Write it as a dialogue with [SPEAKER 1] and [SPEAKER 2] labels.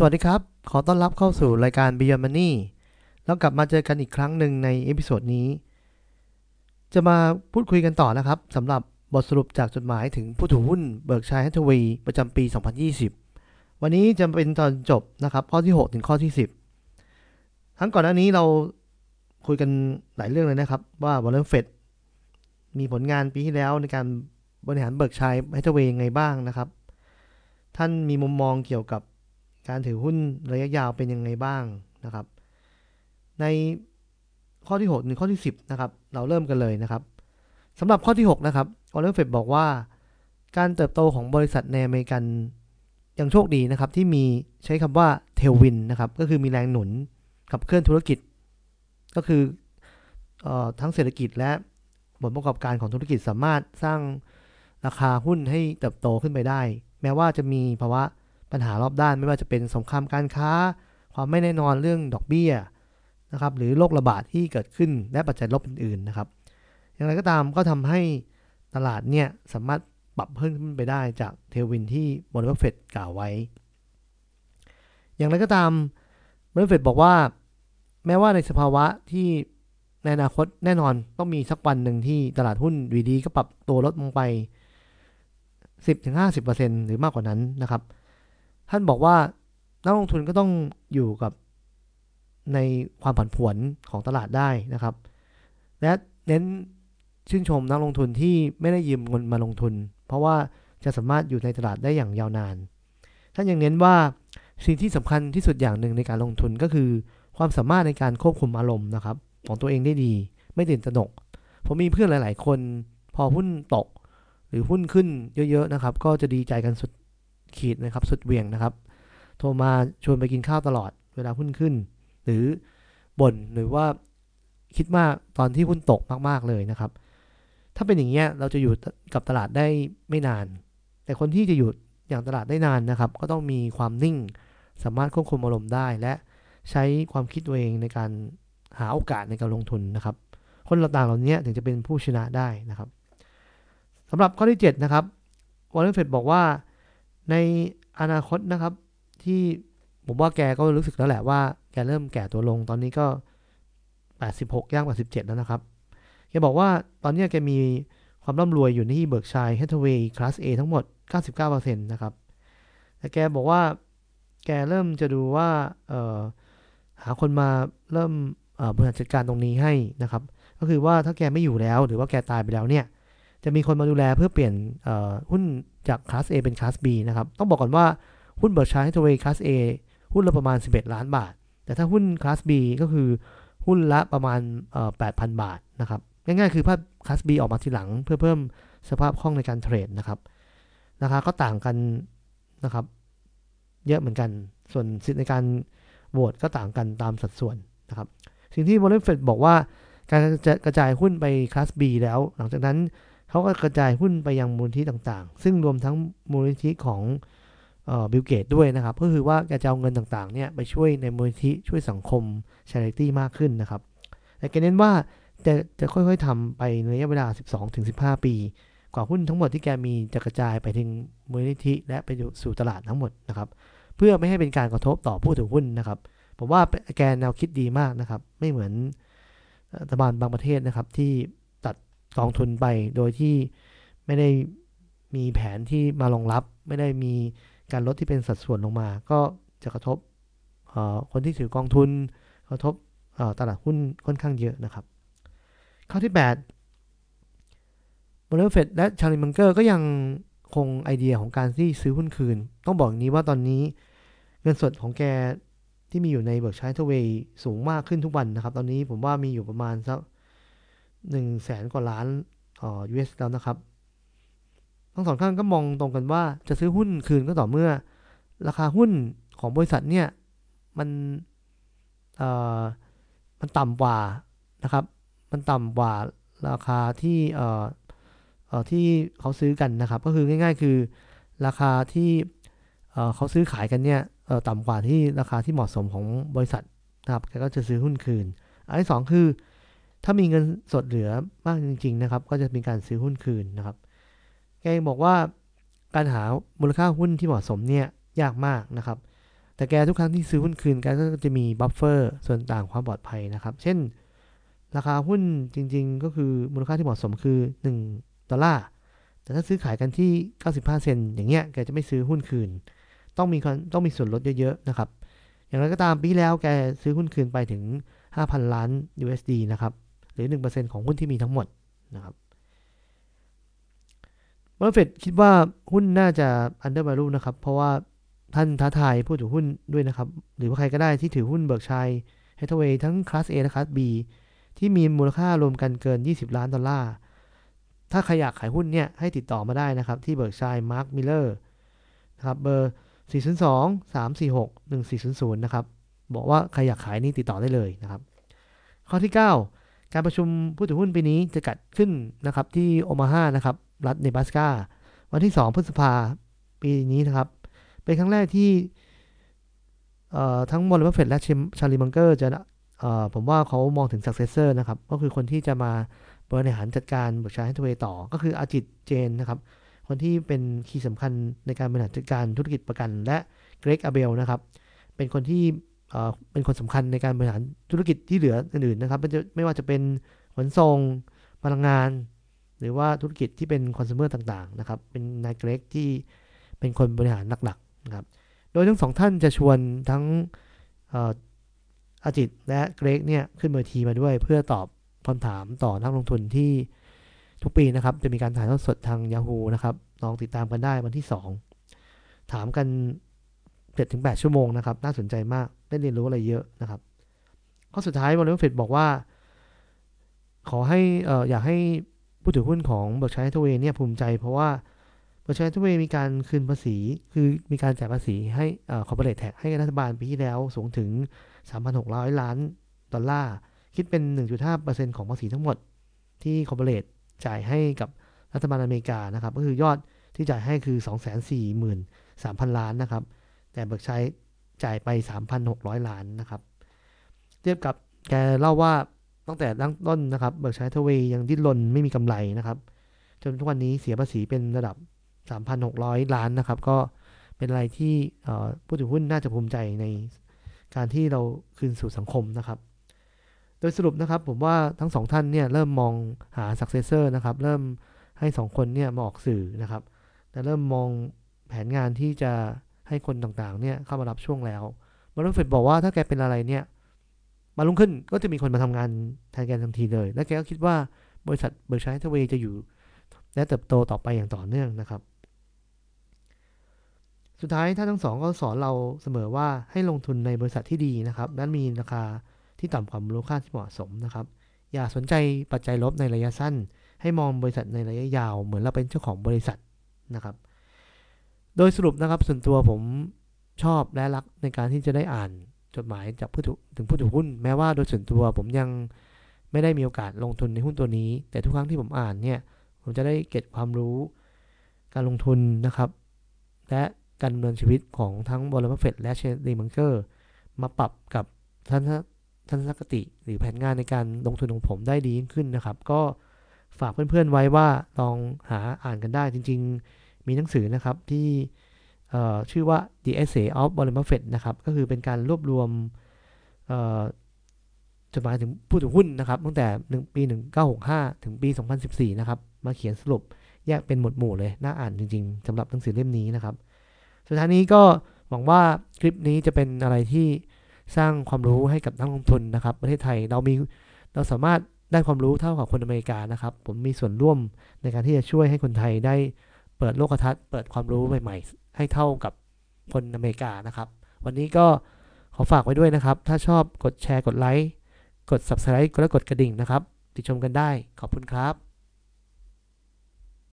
[SPEAKER 1] วัสดีครับขอต้อนรับเข้าสู่รายการ Beyond Money แล้วกลับมาเจอกันอีกครั้งหนึ่งในเอพิโซดนี้จะมาพูดคุยกันต่อนะครับสำหรับบทสรุปจากจดหมายถึงผู้ถือหุ้นเบิร์กชัยแฮทเทเวย์ประจำปี 2020 วันนี้จะเป็นตอนจบนะครับข้อที่ 6 ถึงข้อที่ 10 ทั้งก่อนหน้านี้เราคุยกันหลายเรื่องเลยนะครับว่าวอร์เรน บัฟเฟตต์มีผลงานปีที่แล้วในการบริหารเบิร์กชัยแฮทเทเวย์ยังไงบ้างนะครับท่านมีมุมมองเกี่ยวกับการถือหุ้นระยะยาวเป็นยังไงบ้างนะครับในข้อที่6ถึงข้อที่10นะครับเราเริ่มกันเลยนะครับสำหรับข้อที่6นะครับวอร์เรน บัฟเฟตต์บอกว่าการเติบโตของบริษัทในอเมริกันยังโชคดีนะครับที่มีใช้คำว่าเทลวินนะครับก็คือมีแรงหนุนขับเคลื่อนธุรกิจก็คือทั้งเศรษฐกิจและผลประกอบการของธุรกิจสามารถสร้างราคาหุ้นให้เติบโตขึ้นไปได้แม้ว่าจะมีภาวะปัญหารอบด้านไม่ว่าจะเป็นสงครามการค้าความไม่แน่นอนเรื่องดอกเบี้ยนะครับหรือโรคระบาดที่เกิดขึ้นและปัจจัยลบอื่นๆนะครับอย่างไรก็ตามก็ทำให้ตลาดเนี่ยสามารถปรับเพิ่มขึ้นไปได้จากเทลวินที่วอร์เรน บัฟเฟตต์กล่าวไว้อย่างไรก็ตามวอร์เรน บัฟเฟตต์บอกว่าแม้ว่าในสภาวะที่ในอนาคตแน่นอนต้องมีสักวันหนึ่งที่ตลาดหุ้นดีๆก็ปรับตัวลดลงไป 10-50% หรือมากกว่านั้นนะครับท่านบอกว่านักลงทุนก็ต้องอยู่กับในความผันผวนของตลาดได้นะครับและเน้นชื่นชมนักลงทุนที่ไม่ได้ยืมเงินมาลงทุนเพราะว่าจะสามารถอยู่ในตลาดได้อย่างยาวนานท่านยังเน้นว่าสิ่งที่สำคัญที่สุดอย่างหนึ่งในการลงทุนก็คือความสามารถในการควบคุมอารมณ์นะครับของตัวเองได้ดีไม่ตื่นตระหนกผมมีเพื่อนหลายๆคนพอหุ้นตกหรือหุ้นขึ้นเยอะๆนะครับก็จะดีใจกันสุดขีดนะครับสุดเหวี่ยงนะครับโทรมาชวนไปกินข้าวตลอดเวลาหุ้นขึ้นหรือบ่นหรือว่าคิดมากตอนที่หุ้นตกมากๆเลยนะครับถ้าเป็นอย่างเงี้ยเราจะอยู่กับตลาดได้ไม่นานแต่คนที่จะอยู่อย่างตลาดได้นานนะครับก็ต้องมีความนิ่งสามารถควบคุมอารมณ์ได้และใช้ความคิดตัวเองในการหาโอกาสในการลงทุนนะครับคนต่างๆเหล่านี้ถึงจะเป็นผู้ชนะได้นะครับสำหรับข้อที่7นะครับวอร์เรน บัฟเฟตต์บอกว่าในอนาคตนะครับที่ผมว่าแกก็รู้สึกแล้วแหละว่าแกเริ่มแก่ตัวลงตอนนี้ก็86ย่าง87แล้วนะครับแกบอกว่าตอนนี้แกมีความร่ำรวยอยู่ที่เบิร์กชัยแฮทเทเวย์คลาส A ทั้งหมด 99% นะครับแต่แกบอกว่าแกเริ่มจะดูว่าหาคนมาเริ่มบริหารจัดการตรงนี้ให้นะครับก็คือว่าถ้าแกไม่อยู่แล้วหรือว่าแกตายไปแล้วเนี่ยจะมีคนมาดูแลเพื่อเปลี่ยนหุ้นจากคลาส A เป็นคลาส B นะครับต้องบอกก่อนว่าหุ้นเบิร์กชัยแฮทเทเวย์คลาส A หุ้นละประมาณ11ล้านบาทแต่ถ้าหุ้นคลาส B ก็คือหุ้นละประมาณ8,000 บาทนะครับง่ายๆคือภาพคลาส B ออกมาทีหลังเพื่อเพิ่มสภาพคล่องในการเทรดนะครับราคาก็ต่างกันนะครับเยอะเหมือนกันส่วนสิทธิในการโหวตก็ต่างกันตามสัดส่วนนะครับสิ่งที่วอร์เรน บัฟเฟตต์บอกว่าการจะกระจายหุ้นไปคลาส B แล้วหลังจากนั้นเขาก็กระจายหุ้นไปยังมูลนิธิต่างๆซึ่งรวมทั้งมูลนิธิของบิลเกตด้วยนะครับก็คือว่าแกจะเอาเงินต่างๆเนี่ยไปช่วยในมูลนิธิช่วยสังคม charity มากขึ้นนะครับแต่แกเน้นว่าจะค่อยๆทำไปในระยะเวลา 12-15 ปีกว่าหุ้นทั้งหมดที่แกมีจะกระจายไปถึงมูลนิธิและไปสู่ตลาดทั้งหมดนะครับเพื่อไม่ให้เป็นการกระทบต่อผู้ถือหุ้นนะครับผมว่าแกแนวคิดดีมากนะครับไม่เหมือนรัฐบาลบางประเทศนะครับที่ตัดกองทุนไปโดยที่ไม่ได้มีแผนที่มารองรับไม่ได้มีการลดที่เป็นสัดส่วนลงมาก็จะกระทบคนที่ถือกองทุนกระทบตลาดหุ้นค่อนข้างเยอะนะครับข้อที่8วอร์เรน บัฟเฟตต์และชาร์ลี มังเกอร์ก็ยังคงไอเดียของการที่ซื้อหุ้นคืนต้องบอกอย่างนี้ว่าตอนนี้เงินสดของแกที่มีอยู่ในเบิร์กชัยแฮทเวย์สูงมากขึ้นทุกวันนะครับตอนนี้ผมว่ามีอยู่ประมาณสัก100,000 กว่าล้านUS แล้วนะครับทั้งสองท่านก็มองตรงกันว่าจะซื้อหุ้นคืนก็ต่อเมื่อราคาหุ้นของบริษัทเนี่ยมันเอ่อมันต่ำกว่านะครับมันต่ำกว่าราคาที่ที่เขาซื้อกันนะครับก็คือง่ายๆคือราคาที่เขาซื้อขายกันเนี่ยต่ำกว่าที่ราคาที่เหมาะสมของบริษัทนะครับแกก็จะซื้อหุ้นคืนอันที่สองคือถ้ามีเงินสดเหลือมากจริงๆนะครับก็จะมีการซื้อหุ้นคืนนะครับแกบอกว่าการหามูลค่าหุ้นที่เหมาะสมเนี่ยยากมากนะครับแต่แกทุกครั้งที่ซื้อหุ้นคืนแกก็จะมีบัฟเฟอร์ส่วนต่างความปลอดภัยนะครับเช่นราคาหุ้นจริงๆก็คือมูลค่าที่เหมาะสมคือ$1แต่ถ้าซื้อขายกันที่95เซนต์อย่างเงี้ยแกจะไม่ซื้อหุ้นคืนต้องมีส่วนลดเยอะๆนะครับอย่างไรก็ตามปีแล้วแกซื้อหุ้นคืนไปถึง 5,000 ล้าน USD นะครับหรือ 1% ของหุ้นที่มีทั้งหมดนะครับบัฟเฟตต์คิดว่าหุ้นน่าจะ under value นะครับเพราะว่าท่านท้าทายผู้ถือหุ้นด้วยนะครับหรือว่าใครก็ได้ที่ถือหุ้นเบิร์กชัยแฮทเวย์ทั้งคลาส A และคลาส B ที่มีมูลค่ารวมกันเกิน$20 ล้านถ้าใครอยากขายหุ้นเนี่ยให้ติดต่อมาได้นะครับที่เบิร์กชัยมาร์คมิลเลอร์นะครับเบอร์402-346-1400นะครับบอกว่าใครอยากขายนี่ติดต่อได้เลยนะครับข้อที่ 9 การประชุมผู้ถือหุ้นปีนี้จะจัดขึ้นนะครับที่โอมาฮานะครับรัฐเนบราสกาวันที่2พฤษภาปีนี้นะครับเป็นครั้งแรกที่ทั้งวอร์เรน บัฟเฟตต์และชาร์ลี มังเกอร์จะผมว่าเขามองถึง successor นะครับก็คือคนที่จะมาบริหารจัดการเบิร์กชัยแฮทเวย์ต่อก็คืออาจิตเจนนะครับคนที่เป็นคีย์สำคัญในการบริหารจัดการธุรกิจประกันและเกรกอาเบลนะครับเป็นคนที่เป็นคนสำคัญในการบริหารธุรกิจที่เหลืออื่นๆนะครับไม่ว่าจะเป็นขนส่งพลังงานหรือว่าธุรกิจที่เป็นคอน sumer ต่างๆนะครับเป็นนายเกรกที่เป็นคนบริหารหลักๆนะครับโดยทั้งสองท่านจะชวนทั้งอาจิตและเกรกเนี่ยขึ้นเวทีมาด้วยเพื่อตอบคำถามต่อนักลงทุนที่ทุกปีนะครับจะมีการถ่ายทอดสดทาง Yahoo นะครับลองติดตามกันได้วันที่2ถามกัน 7-8 ชั่วโมงนะครับน่าสนใจมากได้เรียนรู้อะไรเยอะนะครับข้อสุดท้ายวอร์เรน บัฟเฟตต์บอกว่าขอให้อยากให้ผู้ถือหุ้นของเบิร์กชัยแฮทเวย์เนี่ยภูมิใจเพราะว่าเบิร์กชัยแฮทเวย์มีการคืนภาษีคือมีการจ่ายภาษีให้คอร์ปอเรทแท็กให้รัฐบาลปีที่แล้วสูงถึง$3,600 ล้านคิดเป็น 1.5% ของภาษีทั้งหมดที่คอร์ปอเรทจ่ายให้กับรัฐบาลอเมริกานะครับก็คือยอดที่จ่ายให้คือ 243,000 ล้านนะครับแต่เบิร์กชัยจ่ายไป 3,600 ล้านนะครับเทียบกับแกเล่าว่าตั้งแต่ตั้งต้นนะครับเบิร์กชัยแฮทเวย์ยังดิ้นรนไม่มีกำไรนะครับจนทุกวันนี้เสียภาษีเป็นระดับ 3,600 ล้านนะครับก็เป็นอะไรที่ผู้ถือหุ้นน่าจะภูมิใจในการที่เราคืนสู่สังคมนะครับโดยสรุปนะครับผมว่าทั้งสองท่านเนี่ยเริ่มมองหา successor นะครับเริ่มให้สองคนเนี่ยมาออกสื่อนะครับแต่เริ่มมองแผนงานที่จะให้คนต่างๆเนี่ยเข้ามารับช่วงแล้ววอร์เรน บัฟเฟตต์บอกว่าถ้าแกเป็นอะไรเนี่ยมารุ่งขึ้นก็จะมีคนมาทำงานแทนแกทันทีเลยและแกก็คิดว่าบริษัทเบิร์กชัยแฮทเวย์จะอยู่และเติบโตต่อไปอย่างต่อเนื่องนะครับสุดท้ายท่านทั้งสองก็สอนเราเสมอว่าให้ลงทุนในบริษัทที่ดีนะครับและมีราคาที่ต่ำกว่ามูลค่าที่เหมาะสมนะครับอย่าสนใจปัจจัยลบในระยะสั้นให้มองบริษัทในระยะยาวเหมือนเราเป็นเจ้าของบริษัทนะครับโดยสรุปนะครับส่วนตัวผมชอบและรักในการที่จะได้อ่านจดหมายจากผู้ถือหุ้นแม้ว่าโดยส่วนตัวผมยังไม่ได้มีโอกาสลงทุนในหุ้นตัวนี้แต่ทุกครั้งที่ผมอ่านเนี่ยผมจะได้เก็บความรู้การลงทุนนะครับและการดำเนินชีวิตของทั้งวอร์เรน บัฟเฟตต์และเชนลี มังเกอร์มาปรับกับทัศนคติหรือแผนงานในการลงทุนของผมได้ดียิ่งขึ้นนะครับก็ฝากเพื่อนๆไว้ว่าลองหาอ่านกันได้จริงๆมีหนังสือนะครับที่ชื่อว่า The Essay of Warren Buffett นะครับก็คือเป็นการรวบรวมจดหมายถึงผู้ถือหุ้นนะครับตั้งแต่ปี1965ถึงปี2014นะครับมาเขียนสรุปแยกเป็นหมวดหมู่เลยน่าอ่านจริงๆสำหรับหนังสือเล่มนี้นะครับสุดท้ายนี้ก็หวังว่าคลิปนี้จะเป็นอะไรที่สร้างความรู้ให้กับนักลงทุนนะครับประเทศไทยเราสามารถได้ความรู้เท่ากับคนอเมริกานะครับผมมีส่วนร่วมในการที่จะช่วยให้คนไทยได้เปิดโลกทัศน์เปิดความรู้ใหม่ๆให้เท่ากับคนอเมริกานะครับวันนี้ก็ขอฝากไว้ด้วยนะครับถ้าชอบกดแชร์กดไลค์กด Subscribe และกดกระดิ่งนะครับติดชมกันได้ขอบคุณครับ